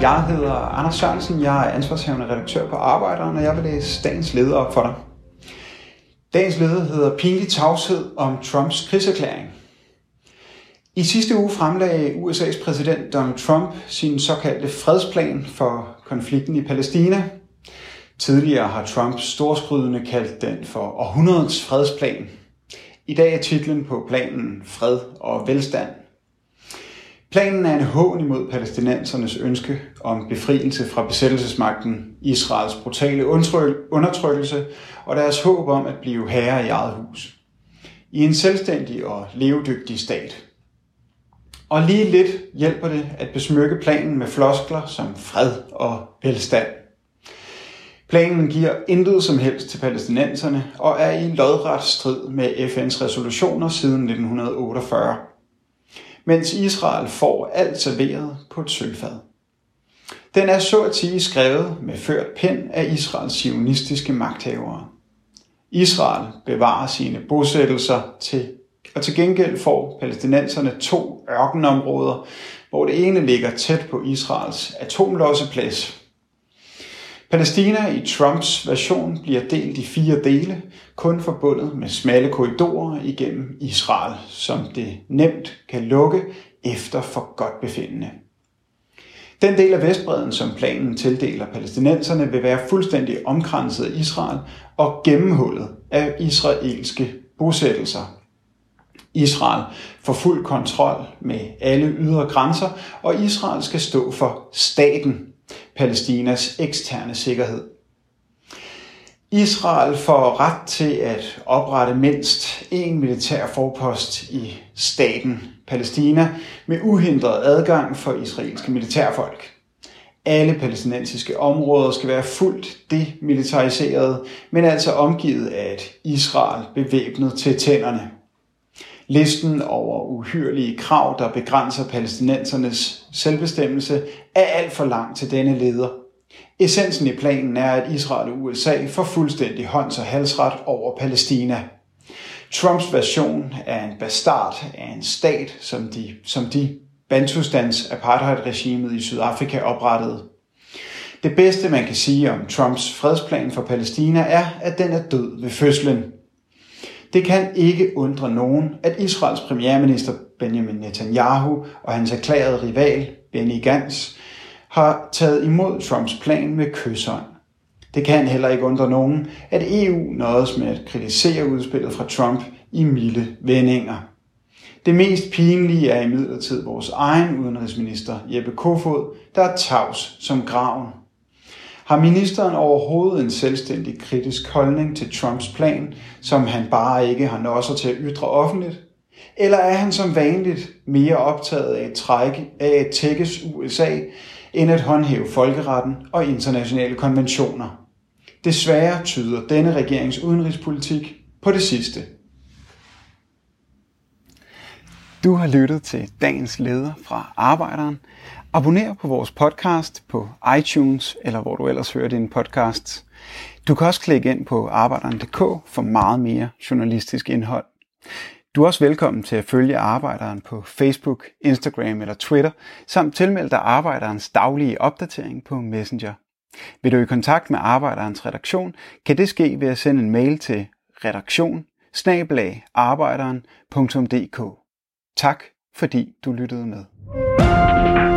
Jeg hedder Anders Sørensen, jeg er ansvarshavende redaktør på Arbejderen, og jeg vil læse dagens leder op for dig. Dagens leder hedder Pinlig tavshed om Trumps krigserklæring. I sidste uge fremlagde USA's præsident Donald Trump sin såkaldte fredsplan for konflikten i Palæstina. Tidligere har Trump storskrydende kaldt den for århundredets fredsplan. I dag er titlen på planen Fred og Velstand. Planen er en hån imod palæstinensernes ønske om befrielse fra besættelsesmagten, Israels brutale undertrykkelse og deres håb om at blive herre i eget hus. I en selvstændig og levedygtig stat. Og lige lidt hjælper det at besmykke planen med floskler som fred og velstand. Planen giver intet som helst til palæstinenserne og er i lodret strid med FN's resolutioner siden 1948. Mens Israel får alt serveret på et sølvfad. Den er så at sige skrevet med ført pen af Israels zionistiske magthavere. Israel bevarer sine bosættelser og til gengæld får palæstinenserne 2 ørkenområder, hvor det ene ligger tæt på Israels atomlosseplads. Palæstina i Trumps version bliver delt i 4 dele, kun forbundet med smalle korridorer igennem Israel, som det nemt kan lukke efter for godt befindende. Den del af Vestbredden, som planen tildeler palæstinenserne, vil være fuldstændig omkranset af Israel og gennemhullet af israelske bosættelser. Israel får fuld kontrol med alle ydre grænser, og Israel skal stå for staten, Palæstinas eksterne sikkerhed. Israel får ret til at oprette mindst en militær forpost i staten Palæstina med uhindret adgang for israelske militærfolk. Alle palæstinensiske områder skal være fuldt demilitariserede, men altså omgivet af et Israel bevæbnet til tænderne. Listen over uhyrlige krav, der begrænser palæstinensernes selvbestemmelse, er alt for lang til denne leder. Essensen i planen er, at Israel og USA får fuldstændig hånds- og halsret over Palæstina. Trumps version er en bastard af en stat, som de Bantustans apartheidregimet i Sydafrika oprettede. Det bedste, man kan sige om Trumps fredsplan for Palæstina, er, at den er død ved fødslen. Det kan ikke undre nogen, at Israels premierminister Benjamin Netanyahu og hans erklærede rival Benny Gantz har taget imod Trumps plan med kyshånd. Det kan heller ikke undre nogen, at EU nådes med at kritisere udspillet fra Trump i milde vendinger. Det mest pinlige er imidlertid vores egen udenrigsminister Jeppe Kofod, der er tavs som graven. Har ministeren overhovedet en selvstændig kritisk holdning til Trumps plan, som han bare ikke har nosser til at ytre offentligt? Eller er han som vanligt mere optaget af at tækkes USA, end at håndhæve folkeretten og internationale konventioner? Desværre tyder denne regerings udenrigspolitik på det sidste. Du har lyttet til dagens leder fra Arbejderen. Abonner på vores podcast på iTunes, eller hvor du ellers hører dine podcasts. Du kan også klikke ind på arbejderen.dk for meget mere journalistisk indhold. Du er også velkommen til at følge Arbejderen på Facebook, Instagram eller Twitter, samt tilmelde dig Arbejderens daglige opdatering på Messenger. Vil du i kontakt med Arbejderens redaktion, kan det ske ved at sende en mail til redaktion@arbejderen.dk. Tak fordi du lyttede med.